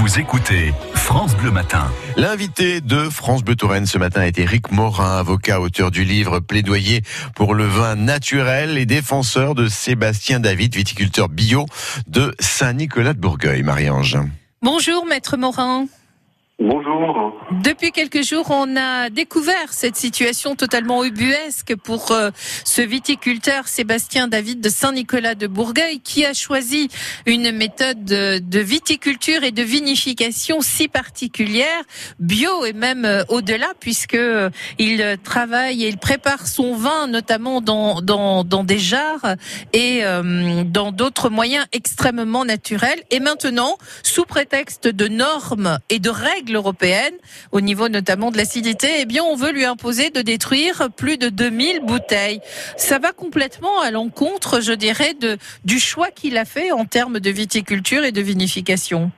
Vous écoutez France Bleu Matin. L'invité de France Bleu Touraine ce matin est Éric Morin, avocat, auteur du livre Plaidoyer pour le vin naturel et défenseur de Sébastien David, viticulteur bio de Saint-Nicolas de Bourgueil. Marie-Ange. Bonjour Maître Morin. Bonjour. Depuis quelques jours, on a découvert cette situation totalement ubuesque pour ce viticulteur Sébastien David de Saint-Nicolas de Bourgueil qui a choisi une méthode de viticulture et de vinification si particulière, bio et même au-delà, puisque il travaille et il prépare son vin notamment dans des jarres et dans d'autres moyens extrêmement naturels. Et maintenant, sous prétexte de normes et de règles européenne, au niveau notamment de l'acidité, eh bien, on veut lui imposer de détruire plus de 2000 bouteilles. Ça va complètement à l'encontre, je dirais, du choix qu'il a fait en termes de viticulture et de vinification.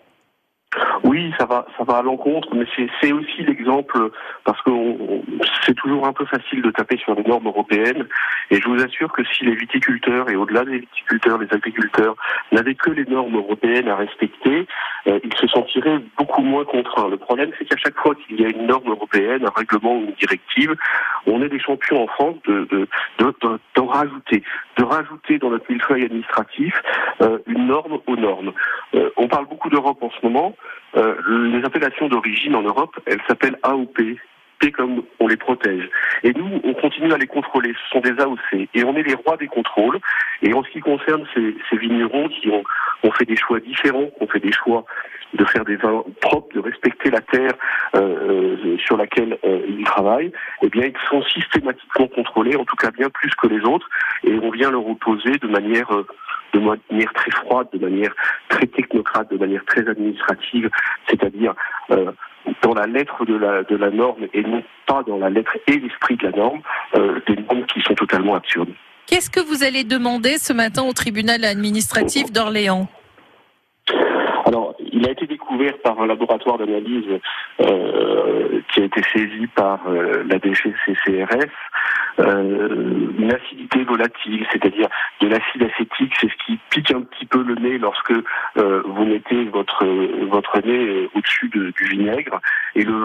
Oui, ça va à l'encontre, mais c'est aussi l'exemple, parce que c'est toujours un peu facile de taper sur les normes européennes, et je vous assure que si les viticulteurs, et au-delà des viticulteurs, les agriculteurs, n'avaient que les normes européennes à respecter, ils se sentiraient beaucoup moins contraints. Le problème, c'est qu'à chaque fois qu'il y a une norme européenne, un règlement ou une directive, on est des champions en France d'en rajouter, dans notre millefeuille administratif une norme aux normes. On parle beaucoup d'Europe en ce moment. Les appellations d'origine en Europe, elles s'appellent AOP. P comme on les protège. Et nous, on continue à les contrôler. Ce sont des AOC. Et on est les rois des contrôles. Et en ce qui concerne ces vignerons qui ont fait des choix différents, qui ont fait des choix de faire des vins propres, de respecter la terre sur laquelle ils travaillent, eh bien, ils sont systématiquement contrôlés, en tout cas bien plus que les autres. Et on vient leur opposer de manière très froide, de manière très technocrate, de manière très administrative, c'est-à-dire dans la lettre de la norme et non pas dans la lettre et l'esprit de la norme, des normes qui sont totalement absurdes. Qu'est-ce que vous allez demander ce matin au tribunal administratif d'Orléans ? Alors, il a été découvert par un laboratoire d'analyse qui a été saisi par la DGCCRF, une acidité volatile, c'est-à-dire de l'acide acétique, c'est ce qui pique un petit peu le nez lorsque vous mettez votre nez au-dessus du vinaigre. Et le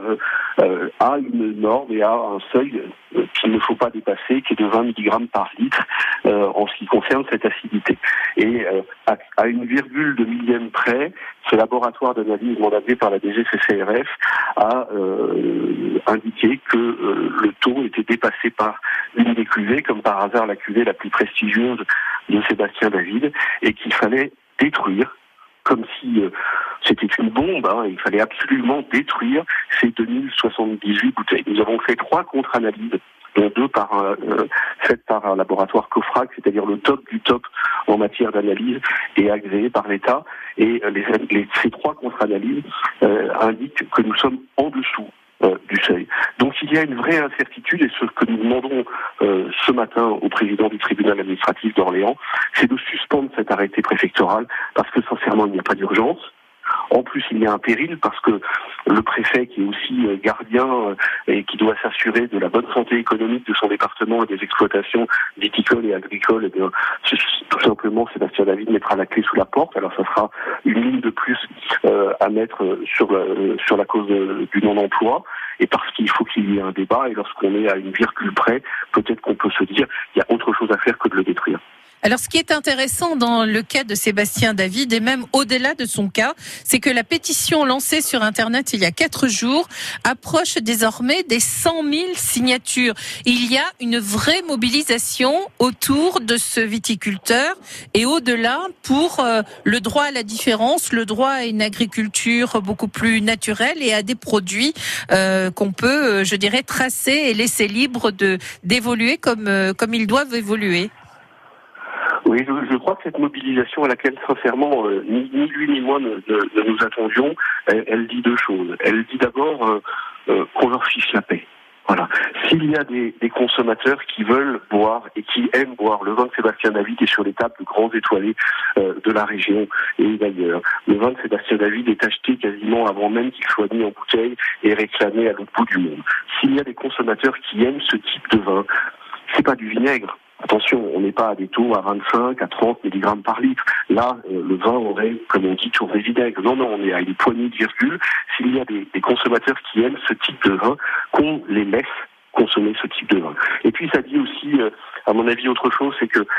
vin a une norme et a un seuil qu'il ne faut pas dépasser, qui est de 20 mg par litre en ce qui concerne cette acidité. Et à une virgule de millième près, ce laboratoire d'analyse mandaté par la DGCCRF a indiqué que le taux était dépassé par une des cuvées, comme par hasard la cuvée la plus prestigieuse de Sébastien David, et qu'il fallait détruire, comme si c'était une bombe, il fallait absolument détruire ces 2078 bouteilles. Nous avons fait 3 contre-analyses, dont 2 faites par un laboratoire COFRAC, c'est-à-dire le top du top en matière d'analyse et agréé par l'État. Et ces 3 contre-analyses indiquent que nous sommes en dessous du seuil. Donc il y a une vraie incertitude, et ce que nous demandons ce matin au président du tribunal administratif d'Orléans, c'est de suspendre cet arrêté préfectoral, parce que sincèrement il n'y a pas d'urgence. En plus, il y a un péril parce que le préfet, qui est aussi gardien et qui doit s'assurer de la bonne santé économique de son département et des exploitations viticoles et agricoles, eh bien, tout simplement, Sébastien David mettra la clé sous la porte. Alors, ça sera une ligne de plus à mettre sur la cause du non-emploi. Et parce qu'il faut qu'il y ait un débat, et lorsqu'on est à une virgule près, peut-être qu'on peut se dire qu'il y a autre chose à faire que de le détruire. Alors, ce qui est intéressant dans le cas de Sébastien David, et même au-delà de son cas, c'est que la pétition lancée sur Internet il y a 4 jours approche désormais des 100 000 signatures. Il y a une vraie mobilisation autour de ce viticulteur et au-delà pour le droit à la différence, le droit à une agriculture beaucoup plus naturelle et à des produits qu'on peut, je dirais, tracer et laisser libres d'évoluer comme ils doivent évoluer. Oui, je crois que cette mobilisation à laquelle, sincèrement, ni lui ni moi ne nous attendions, elle dit 2 choses. Elle dit d'abord qu'on leur fiche la paix. Voilà. S'il y a des consommateurs qui veulent boire et qui aiment boire le vin de Sébastien David est sur les tables de grands étoilés de la région et d'ailleurs. Le vin de Sébastien David est acheté quasiment avant même qu'il soit mis en bouteille et réclamé à l'autre bout du monde. S'il y a des consommateurs qui aiment ce type de vin, c'est pas du vinaigre. Attention, on n'est pas à des taux à 25, à 30 mg par litre. Là, le vin aurait, comme on dit, tourné vinaigre. Non, on est à une poignée de virgule. S'il y a des consommateurs qui aiment ce type de vin, qu'on les laisse consommer ce type de vin. Et puis ça dit aussi, à mon avis, autre chose, c'est que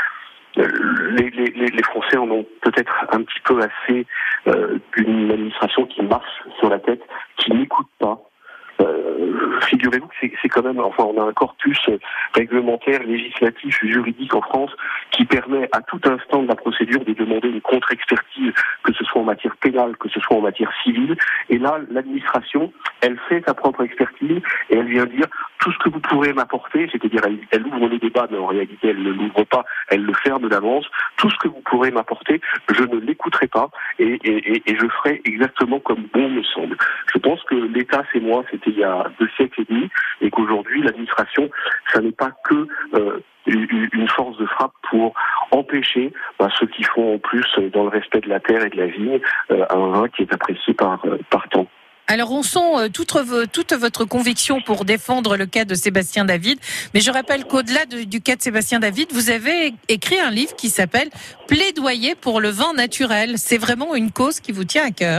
les Français en ont peut-être un petit peu assez d'une administration qui marche sur la tête, qui n'écoute pas. Figurez-vous que c'est quand même, enfin, on a un corpus réglementaire, législatif, juridique en France qui permet à tout instant de la procédure de demander une contre-expertise, que ce soit en matière pénale, que ce soit en matière civile. Et là, l'administration, elle fait sa propre expertise et elle vient dire tout ce que vous pourrez m'apporter, c'est-à-dire elle ouvre les débats, mais en réalité elle ne l'ouvre pas, elle le ferme d'avance. Tout ce que vous pourrez m'apporter, je ne l'écouterai pas et je ferai exactement comme bon me semble. Je pense que l'État, c'est moi, c'était il y a 2 siècles et demi, et qu'aujourd'hui l'administration, ça n'est pas que une force de frappe pour empêcher ceux qui font en plus, dans le respect de la terre et de la vigne, un vin qui est apprécié par tant. Alors on sent toute votre conviction pour défendre le cas de Sébastien David, mais je rappelle qu'au-delà du cas de Sébastien David, vous avez écrit un livre qui s'appelle « Plaidoyer pour le vin naturel ». C'est vraiment une cause qui vous tient à cœur.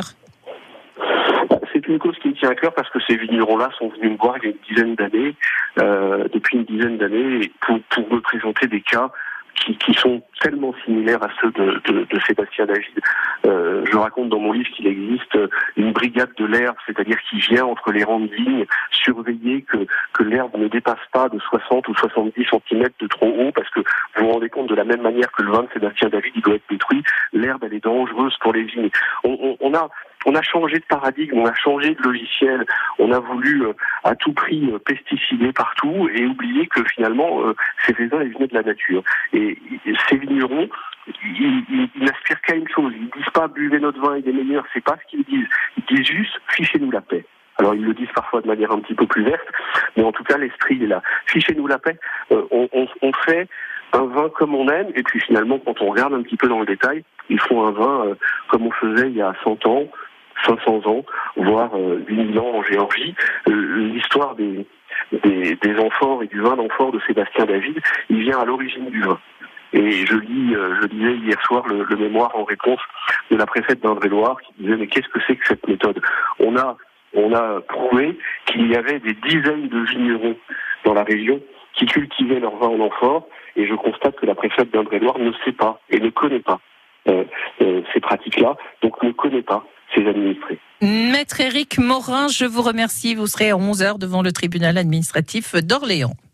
C'est une cause qui me tient à cœur parce que ces vignerons-là sont venus me voir il y a une dizaine d'années, depuis une dizaine d'années, pour me présenter des cas qui sont tellement similaires à ceux de Sébastien David. Je raconte dans mon livre qu'il existe une brigade de l'herbe, c'est-à-dire qui vient entre les rangs de vignes surveiller que l'herbe ne dépasse pas de 60 ou 70 cm de trop haut, parce que vous vous rendez compte, de la même manière que le vin de Sébastien David, il doit être détruit, l'herbe, elle est dangereuse pour les vignes. On a changé de paradigme, on a changé de logiciel, on a voulu à tout prix pesticider partout et oublier que finalement ces raisins, ils venaient de la nature. Et ces vignerons, ils n'aspirent qu'à une chose, ils disent pas buvez notre vin, il est meilleur, c'est pas ce qu'ils disent. Ils disent juste fichez-nous la paix. Alors ils le disent parfois de manière un petit peu plus verte, mais en tout cas l'esprit est là. Fichez-nous la paix, on fait un vin comme on aime, et puis finalement quand on regarde un petit peu dans le détail, ils font un vin comme on faisait il y a 100 ans, 500 ans, voire 8000 ans en Géorgie. L'histoire des amphores et du vin d'amphore de Sébastien David, il vient à l'origine du vin. Et je lisais hier soir le mémoire en réponse de la préfète d'Indre-et-Loire qui disait mais qu'est-ce que c'est que cette méthode ? On a prouvé qu'il y avait des dizaines de vignerons dans la région qui cultivaient leur vin en amphore, et je constate que la préfète d'Indre-et-Loire ne sait pas et ne connaît pas ces pratiques-là, donc ne connaît pas ses administrés. Maître Éric Morin, je vous remercie. Vous serez à 11h devant le tribunal administratif d'Orléans.